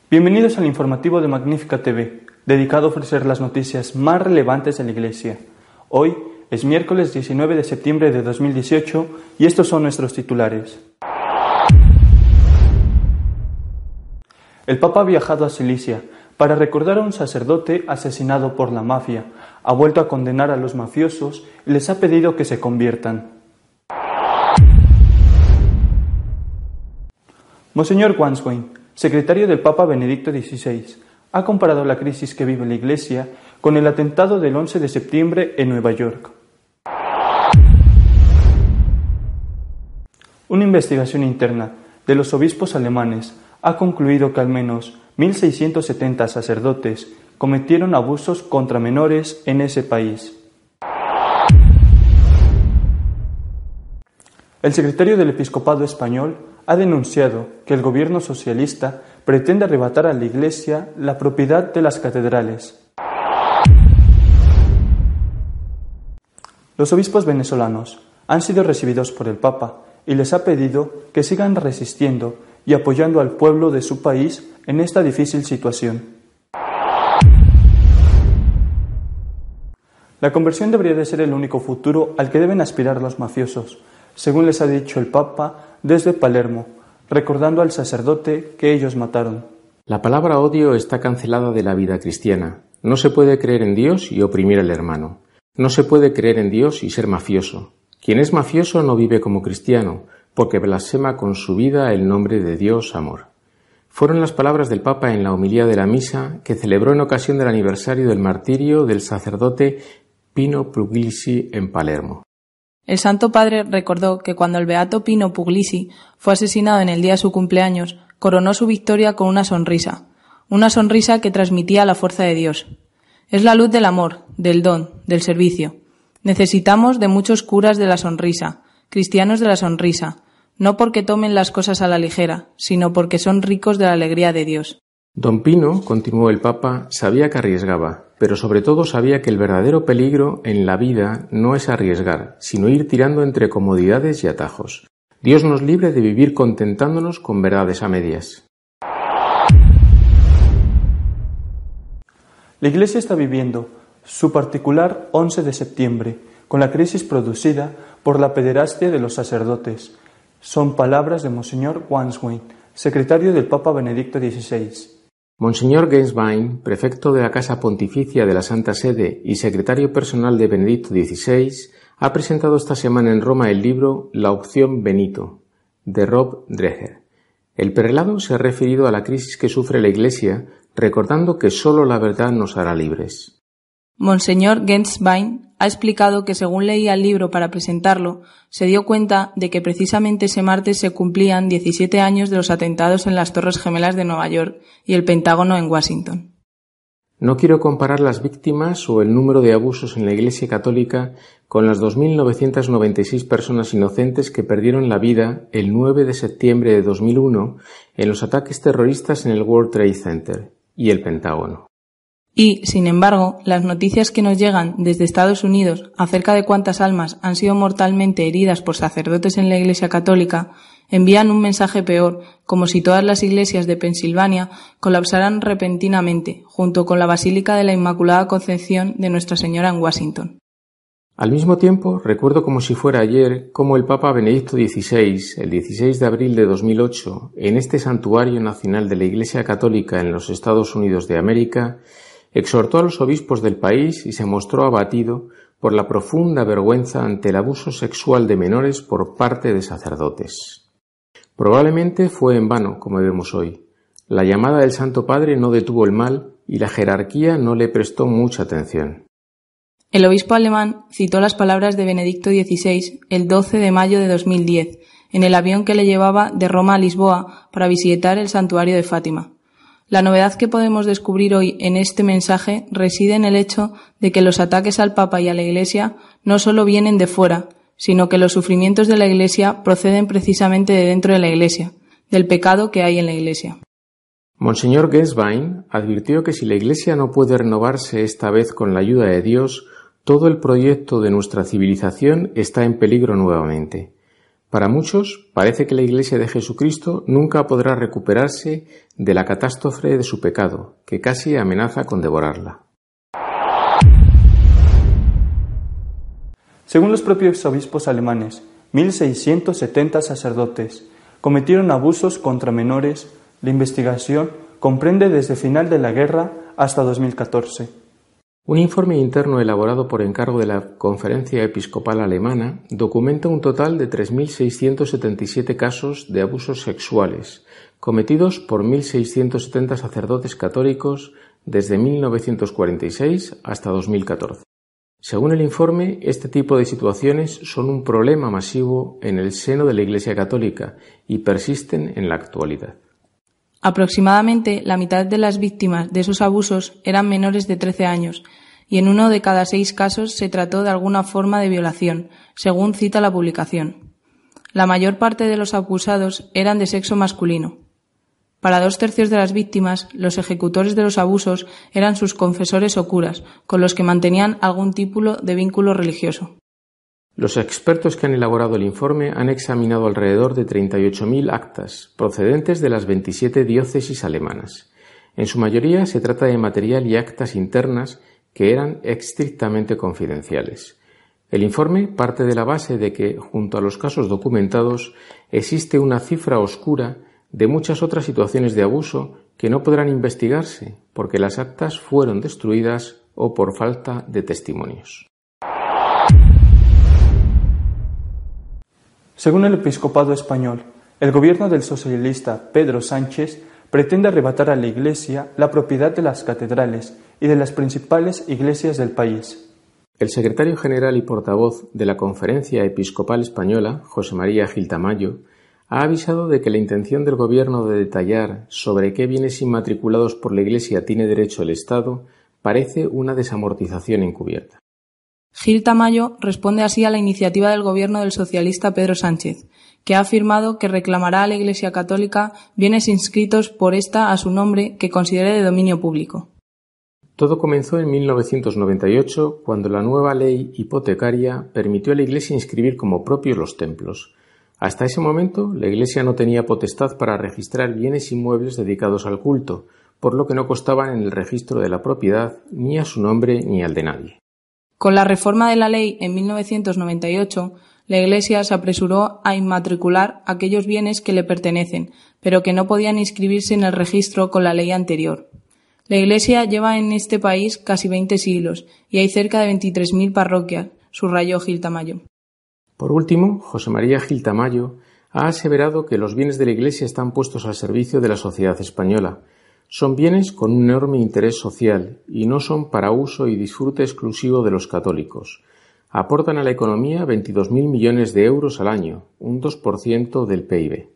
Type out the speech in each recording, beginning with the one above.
Bienvenidos al informativo de Magnífica TV, dedicado a ofrecer las noticias más relevantes de la Iglesia. Hoy es miércoles 19 de septiembre de 2018 y estos son nuestros titulares. El Papa ha viajado a Cilicia para recordar a un sacerdote asesinado por la mafia, ha vuelto a condenar a los mafiosos y les ha pedido que se conviertan. Monseñor Wanswein, secretario del Papa Benedicto XVI, ha comparado la crisis que vive la Iglesia con el atentado del 11 de septiembre en Nueva York. Una investigación interna de los obispos alemanes ha concluido que al menos 1.670 sacerdotes cometieron abusos contra menores en ese país. El secretario del Episcopado español ha denunciado que el gobierno socialista pretende arrebatar a la Iglesia la propiedad de las catedrales. Los obispos venezolanos han sido recibidos por el Papa y les ha pedido que sigan resistiendo y apoyando al pueblo de su país en esta difícil situación. La conversión debería de ser el único futuro al que deben aspirar los mafiosos, según les ha dicho el Papa desde Palermo, recordando al sacerdote que ellos mataron. La palabra odio está cancelada de la vida cristiana. No se puede creer en Dios y oprimir al hermano. No se puede creer en Dios y ser mafioso. Quien es mafioso no vive como cristiano, porque blasfema con su vida el nombre de Dios amor. Fueron las palabras del Papa en la homilía de la misa que celebró en ocasión del aniversario del martirio del sacerdote Pino Puglisi en Palermo. El Santo Padre recordó que cuando el beato Pino Puglisi fue asesinado en el día de su cumpleaños, coronó su victoria con una sonrisa que transmitía la fuerza de Dios. Es la luz del amor, del don, del servicio. Necesitamos de muchos curas de la sonrisa, cristianos de la sonrisa, no porque tomen las cosas a la ligera, sino porque son ricos de la alegría de Dios. Don Pino, continuó el Papa, sabía que arriesgaba, pero sobre todo sabía que el verdadero peligro en la vida no es arriesgar, sino ir tirando entre comodidades y atajos. Dios nos libre de vivir contentándonos con verdades a medias. La Iglesia está viviendo su particular 11 de septiembre, con la crisis producida por la pederastia de los sacerdotes. Son palabras de Monseñor Wanswein, secretario del Papa Benedicto XVI. Monseñor Genswein, prefecto de la Casa Pontificia de la Santa Sede y secretario personal de Benedicto XVI, ha presentado esta semana en Roma el libro La opción Benito, de Rob Dreher. El prelado se ha referido a la crisis que sufre la Iglesia, recordando que solo la verdad nos hará libres. Monseñor Genswein ha explicado que según leía el libro para presentarlo, se dio cuenta de que precisamente ese martes se cumplían 17 años de los atentados en las Torres Gemelas de Nueva York y el Pentágono en Washington. No quiero comparar las víctimas o el número de abusos en la Iglesia Católica con las 2.996 personas inocentes que perdieron la vida el 9 de septiembre de 2001 en los ataques terroristas en el World Trade Center y el Pentágono. Y, sin embargo, las noticias que nos llegan desde Estados Unidos acerca de cuántas almas han sido mortalmente heridas por sacerdotes en la Iglesia Católica envían un mensaje peor, como si todas las iglesias de Pensilvania colapsaran repentinamente, junto con la Basílica de la Inmaculada Concepción de Nuestra Señora en Washington. Al mismo tiempo, recuerdo como si fuera ayer cómo el Papa Benedicto XVI, el 16 de abril de 2008, en este santuario nacional de la Iglesia Católica en los Estados Unidos de América, exhortó a los obispos del país y se mostró abatido por la profunda vergüenza ante el abuso sexual de menores por parte de sacerdotes. Probablemente fue en vano, como vemos hoy. La llamada del Santo Padre no detuvo el mal y la jerarquía no le prestó mucha atención. El obispo alemán citó las palabras de Benedicto XVI el 12 de mayo de 2010, en el avión que le llevaba de Roma a Lisboa para visitar el santuario de Fátima. La novedad que podemos descubrir hoy en este mensaje reside en el hecho de que los ataques al Papa y a la Iglesia no solo vienen de fuera, sino que los sufrimientos de la Iglesia proceden precisamente de dentro de la Iglesia, del pecado que hay en la Iglesia. Monseñor Genswein advirtió que si la Iglesia no puede renovarse esta vez con la ayuda de Dios, todo el proyecto de nuestra civilización está en peligro nuevamente. Para muchos, parece que la Iglesia de Jesucristo nunca podrá recuperarse de la catástrofe de su pecado, que casi amenaza con devorarla. Según los propios obispos alemanes, 1.670 sacerdotes cometieron abusos contra menores. La investigación comprende desde final de la guerra hasta 2014. Un informe interno elaborado por encargo de la Conferencia Episcopal Alemana documenta un total de 3.677 casos de abusos sexuales cometidos por 1.670 sacerdotes católicos desde 1946 hasta 2014. Según el informe, este tipo de situaciones son un problema masivo en el seno de la Iglesia Católica y persisten en la actualidad. Aproximadamente la mitad de las víctimas de esos abusos eran menores de 13 años y en 1 de cada 6 casos se trató de alguna forma de violación, según cita la publicación. La mayor parte de los abusados eran de sexo masculino. Para 2/3 de las víctimas, los ejecutores de los abusos eran sus confesores o curas, con los que mantenían algún tipo de vínculo religioso. Los expertos que han elaborado el informe han examinado alrededor de 38.000 actas procedentes de las 27 diócesis alemanas. En su mayoría se trata de material y actas internas que eran estrictamente confidenciales. El informe parte de la base de que, junto a los casos documentados, existe una cifra oscura de muchas otras situaciones de abuso que no podrán investigarse porque las actas fueron destruidas o por falta de testimonios. Según el episcopado español, el gobierno del socialista Pedro Sánchez pretende arrebatar a la Iglesia la propiedad de las catedrales y de las principales iglesias del país. El secretario general y portavoz de la Conferencia Episcopal Española, José María Gil Tamayo, ha avisado de que la intención del gobierno de detallar sobre qué bienes inmatriculados por la Iglesia tiene derecho el Estado parece una desamortización encubierta. Gil Tamayo responde así a la iniciativa del gobierno del socialista Pedro Sánchez, que ha afirmado que reclamará a la Iglesia Católica bienes inscritos por esta a su nombre que considere de dominio público. Todo comenzó en 1998, cuando la nueva ley hipotecaria permitió a la Iglesia inscribir como propios los templos. Hasta ese momento, la Iglesia no tenía potestad para registrar bienes inmuebles dedicados al culto, por lo que no constaban en el registro de la propiedad ni a su nombre ni al de nadie. Con la reforma de la ley en 1998, la Iglesia se apresuró a inmatricular aquellos bienes que le pertenecen, pero que no podían inscribirse en el registro con la ley anterior. La Iglesia lleva en este país casi 20 siglos y hay cerca de 23.000 parroquias, subrayó Gil Tamayo. Por último, José María Gil Tamayo ha aseverado que los bienes de la Iglesia están puestos al servicio de la sociedad española. Son bienes con un enorme interés social y no son para uso y disfrute exclusivo de los católicos. Aportan a la economía 22.000 millones de euros al año, un 2% del PIB.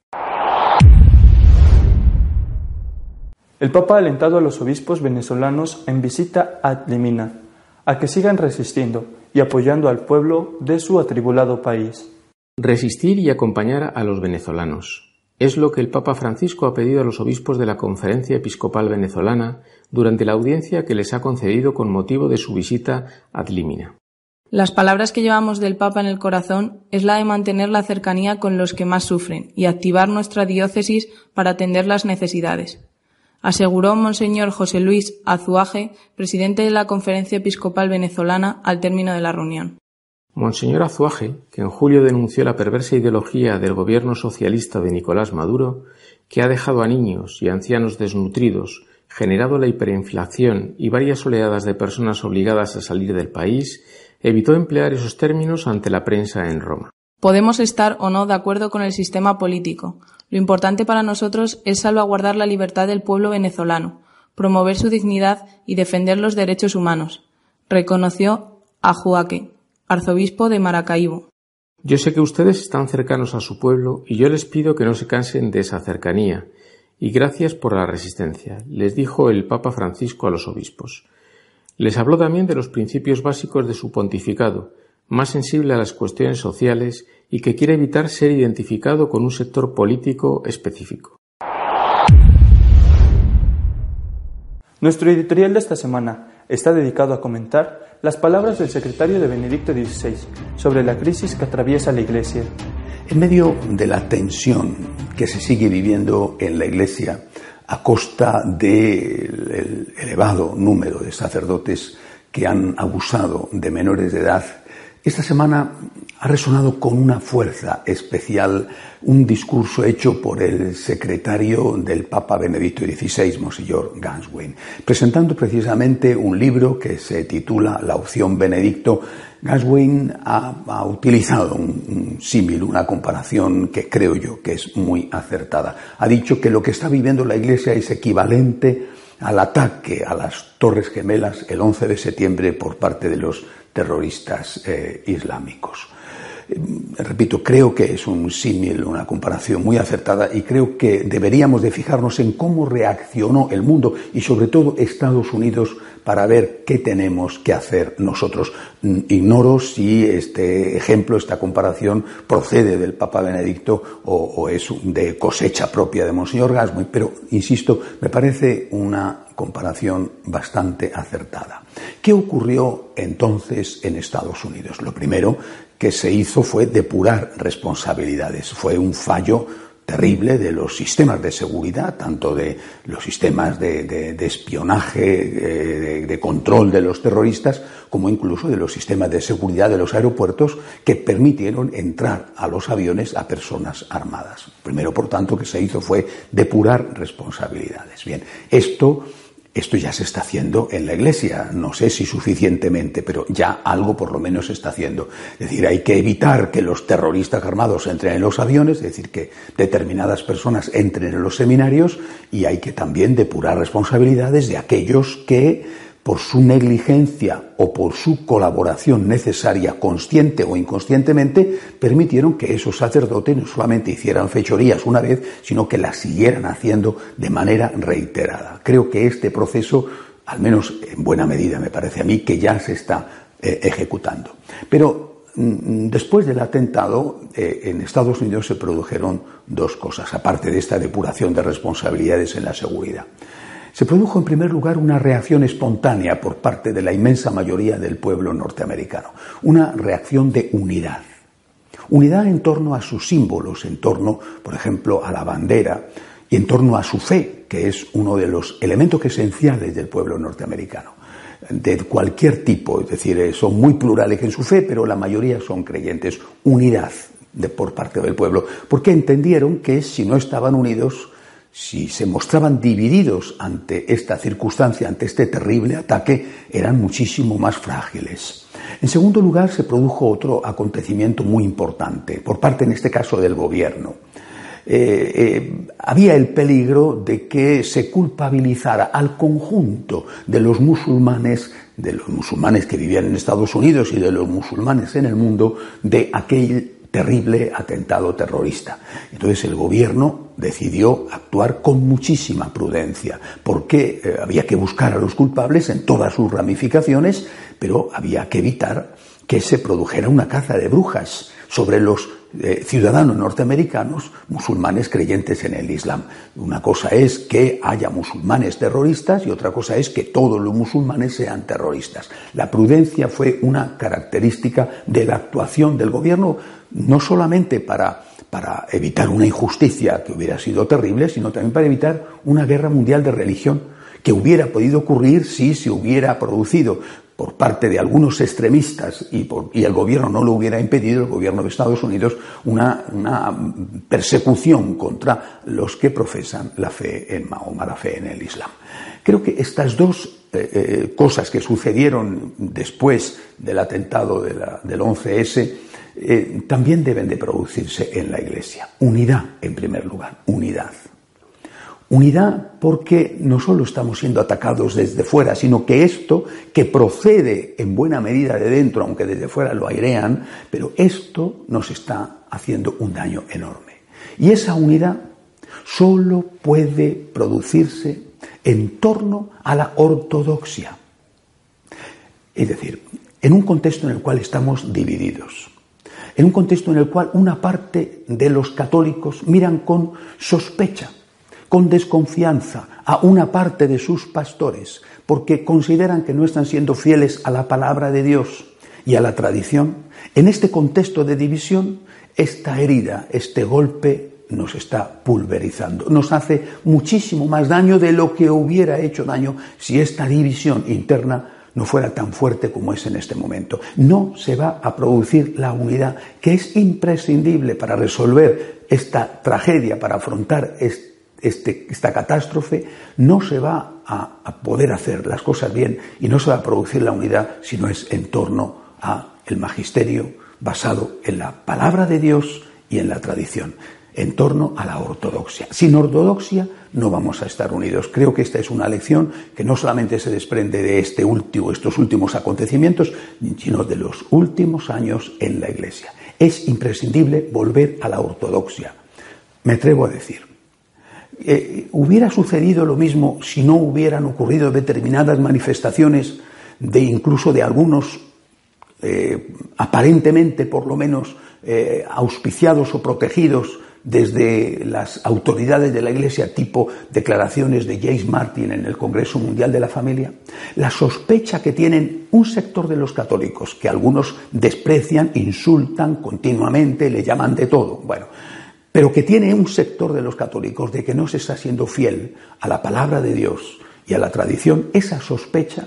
El Papa ha alentado a los obispos venezolanos en visita a Adlimina a que sigan resistiendo y apoyando al pueblo de su atribulado país. Resistir y acompañar a los venezolanos. Es lo que el Papa Francisco ha pedido a los obispos de la Conferencia Episcopal Venezolana durante la audiencia que les ha concedido con motivo de su visita a Adlimina. Las palabras que llevamos del Papa en el corazón es la de mantener la cercanía con los que más sufren y activar nuestra diócesis para atender las necesidades, aseguró Monseñor José Luis Azuaje, presidente de la Conferencia Episcopal Venezolana, al término de la reunión. Monseñor Azuaje, que en julio denunció la perversa ideología del gobierno socialista de Nicolás Maduro, que ha dejado a niños y ancianos desnutridos, generado la hiperinflación y varias oleadas de personas obligadas a salir del país, evitó emplear esos términos ante la prensa en Roma. Podemos estar o no de acuerdo con el sistema político. Lo importante para nosotros es salvaguardar la libertad del pueblo venezolano, promover su dignidad y defender los derechos humanos, reconoció Azuaje, arzobispo de Maracaibo. Yo sé que ustedes están cercanos a su pueblo y yo les pido que no se cansen de esa cercanía. Y gracias por la resistencia, les dijo el Papa Francisco a los obispos. Les habló también de los principios básicos de su pontificado, más sensible a las cuestiones sociales y que quiere evitar ser identificado con un sector político específico. Nuestro editorial de esta semana está dedicado a comentar las palabras del secretario de Benedicto XVI sobre la crisis que atraviesa la Iglesia. En medio de la tensión que se sigue viviendo en la Iglesia a costa del elevado número de sacerdotes que han abusado de menores de edad, esta semana ha resonado con una fuerza especial un discurso hecho por el secretario del Papa Benedicto XVI, Monseñor Ganswein, presentando precisamente un libro que se titula La opción Benedicto. Ganswein ha utilizado un símil, una comparación que creo yo que es muy acertada. Ha dicho que lo que está viviendo la Iglesia es equivalente al ataque a las Torres Gemelas el 11 de septiembre por parte de los terroristas islámicos. Repito, creo que es un símil, una comparación muy acertada, y creo que deberíamos de fijarnos en cómo reaccionó el mundo y sobre todo Estados Unidos para ver qué tenemos que hacer nosotros. Ignoro si este ejemplo, esta comparación procede del Papa Benedicto o es de cosecha propia de Monseñor Ganswein, pero insisto, me parece una comparación bastante acertada. ¿Qué ocurrió entonces en Estados Unidos? Lo primero que se hizo fue depurar responsabilidades. Fue un fallo terrible de los sistemas de seguridad, tanto de los sistemas de espionaje, de control de los terroristas, como incluso de los sistemas de seguridad de los aeropuertos que permitieron entrar a los aviones a personas armadas. Lo primero, por tanto, que se hizo fue depurar responsabilidades. Bien, esto ya se está haciendo en la Iglesia, no sé si suficientemente, pero ya algo por lo menos se está haciendo. Es decir, hay que evitar que los terroristas armados entren en los aviones, es decir, que determinadas personas entren en los seminarios, y hay que también depurar responsabilidades de aquellos que, por su negligencia o por su colaboración necesaria, consciente o inconscientemente, permitieron que esos sacerdotes no solamente hicieran fechorías una vez, sino que las siguieran haciendo de manera reiterada. Creo que este proceso, al menos en buena medida me parece a mí, que ya se está ejecutando. Pero después del atentado, en Estados Unidos se produjeron dos cosas, aparte de esta depuración de responsabilidades en la seguridad. Se produjo, en primer lugar, una reacción espontánea por parte de la inmensa mayoría del pueblo norteamericano. Una reacción de unidad. Unidad en torno a sus símbolos, en torno, por ejemplo, a la bandera, y en torno a su fe, que es uno de los elementos esenciales del pueblo norteamericano. De cualquier tipo, es decir, son muy plurales en su fe, pero la mayoría son creyentes. Unidad por parte del pueblo, porque entendieron que si no estaban unidos, si se mostraban divididos ante esta circunstancia, ante este terrible ataque, eran muchísimo más frágiles. En segundo lugar, se produjo otro acontecimiento muy importante, por parte, en este caso, del gobierno. Había el peligro de que se culpabilizara al conjunto de los musulmanes que vivían en Estados Unidos y de los musulmanes en el mundo, de aquel terrible atentado terrorista. Entonces el gobierno decidió actuar con muchísima prudencia, porque había que buscar a los culpables en todas sus ramificaciones, pero había que evitar que se produjera una caza de brujas sobre los ciudadanos norteamericanos musulmanes creyentes en el Islam. Una cosa es que haya musulmanes terroristas y otra cosa es que todos los musulmanes sean terroristas. La prudencia fue una característica de la actuación del gobierno, no solamente para evitar una injusticia que hubiera sido terrible, sino también para evitar una guerra mundial de religión que hubiera podido ocurrir si se hubiera producido por parte de algunos extremistas y el gobierno no lo hubiera impedido, el gobierno de Estados Unidos, una persecución contra los que profesan la fe en Mahoma, la fe en el Islam. Creo que estas dos cosas que sucedieron después del atentado del 11S también deben de producirse en la Iglesia. Unidad, en primer lugar, unidad. Unidad porque no solo estamos siendo atacados desde fuera, sino que esto, que procede en buena medida de dentro, aunque desde fuera lo airean, pero esto nos está haciendo un daño enorme. Y esa unidad solo puede producirse en torno a la ortodoxia. Es decir, en un contexto en el cual estamos divididos, en un contexto en el cual una parte de los católicos miran con sospecha, con desconfianza a una parte de sus pastores, porque consideran que no están siendo fieles a la palabra de Dios y a la tradición. En este contexto de división esta herida, este golpe, nos está pulverizando. Nos hace muchísimo más daño de lo que hubiera hecho daño si esta división interna no fuera tan fuerte como es en este momento. No se va a producir la unidad que es imprescindible para resolver esta tragedia, para afrontar esta catástrofe. No se va a poder hacer las cosas bien y no se va a producir la unidad si no es en torno al magisterio basado en la palabra de Dios y en la tradición, en torno a la ortodoxia. Sin ortodoxia no vamos a estar unidos. Creo que esta es una lección que no solamente se desprende de estos últimos acontecimientos, sino de los últimos años en la Iglesia. Es imprescindible volver a la ortodoxia. Me atrevo a decir, ¿hubiera sucedido lo mismo si no hubieran ocurrido determinadas manifestaciones incluso de algunos aparentemente, por lo menos, auspiciados o protegidos desde las autoridades de la Iglesia, tipo declaraciones de James Martin en el Congreso Mundial de la Familia? La sospecha que tienen un sector de los católicos, que algunos desprecian, insultan continuamente, le llaman de todo, pero que tiene un sector de los católicos de que no se está siendo fiel a la palabra de Dios y a la tradición, esa sospecha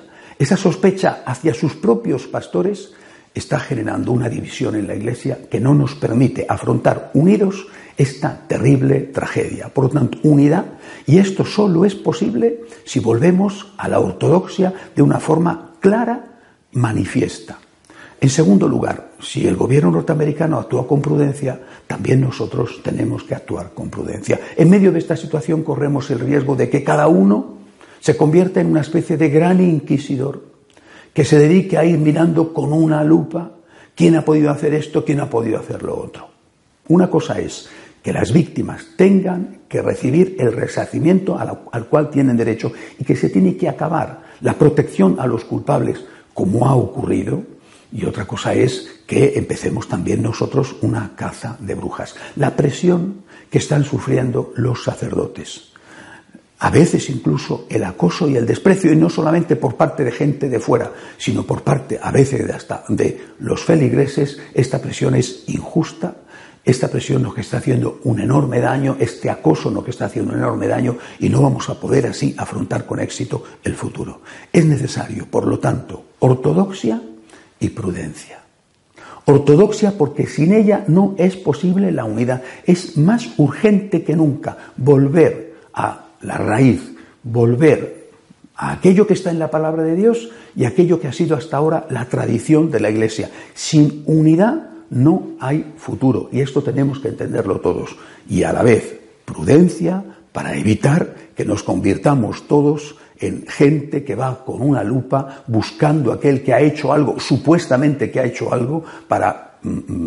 hacia sus propios pastores está generando una división en la Iglesia que no nos permite afrontar unidos esta terrible tragedia. Por lo tanto, unidad, y esto solo es posible si volvemos a la ortodoxia de una forma clara, manifiesta. En segundo lugar, si el gobierno norteamericano actúa con prudencia, también nosotros tenemos que actuar con prudencia. En medio de esta situación corremos el riesgo de que cada uno se convierta en una especie de gran inquisidor que se dedique a ir mirando con una lupa quién ha podido hacer esto, quién ha podido hacer lo otro. Una cosa es que las víctimas tengan que recibir el resarcimiento al cual tienen derecho y que se tiene que acabar la protección a los culpables, como ha ocurrido, y otra cosa es que empecemos también nosotros una caza de brujas. La presión que están sufriendo los sacerdotes, a veces incluso el acoso y el desprecio, y no solamente por parte de gente de fuera, sino por parte a veces hasta de los feligreses. Esta presión es injusta, esta presión nos está haciendo un enorme daño, este acoso nos está haciendo un enorme daño, y no vamos a poder así afrontar con éxito el futuro. Es necesario, por lo tanto, ortodoxia y prudencia. Ortodoxia porque sin ella no es posible la unidad. Es más urgente que nunca volver a la raíz, volver a aquello que está en la palabra de Dios y aquello que ha sido hasta ahora la tradición de la Iglesia. Sin unidad no hay futuro, y esto tenemos que entenderlo todos. Y a la vez, prudencia para evitar que nos convirtamos todos en gente que va con una lupa buscando a aquel que ha hecho algo, supuestamente que ha hecho algo, para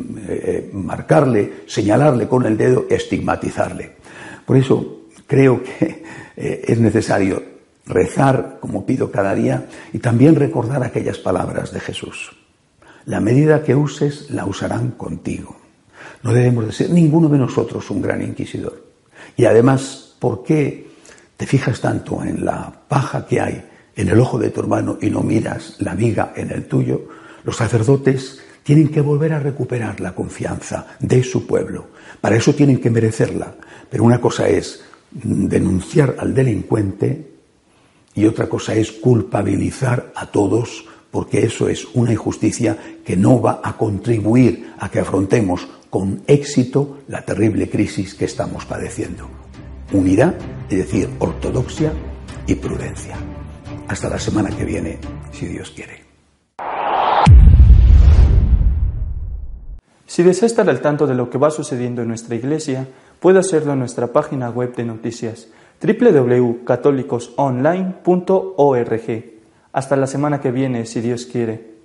marcarle, señalarle con el dedo, estigmatizarle. Por eso creo que es necesario rezar, como pido cada día, y también recordar aquellas palabras de Jesús. La medida que uses, la usarán contigo. No debemos de ser ninguno de nosotros un gran inquisidor. Y además, ¿por qué te fijas tanto en la paja que hay en el ojo de tu hermano y no miras la viga en el tuyo? Los sacerdotes tienen que volver a recuperar la confianza de su pueblo. Para eso tienen que merecerla. Pero una cosa es denunciar al delincuente y otra cosa es culpabilizar a todos, porque eso es una injusticia que no va a contribuir a que afrontemos con éxito la terrible crisis que estamos padeciendo. Unidad, es decir, ortodoxia y prudencia. Hasta la semana que viene, si Dios quiere. Si desea estar al tanto de lo que va sucediendo en nuestra Iglesia, puede hacerlo en nuestra página web de noticias www.católicosonline.org. Hasta la semana que viene, si Dios quiere.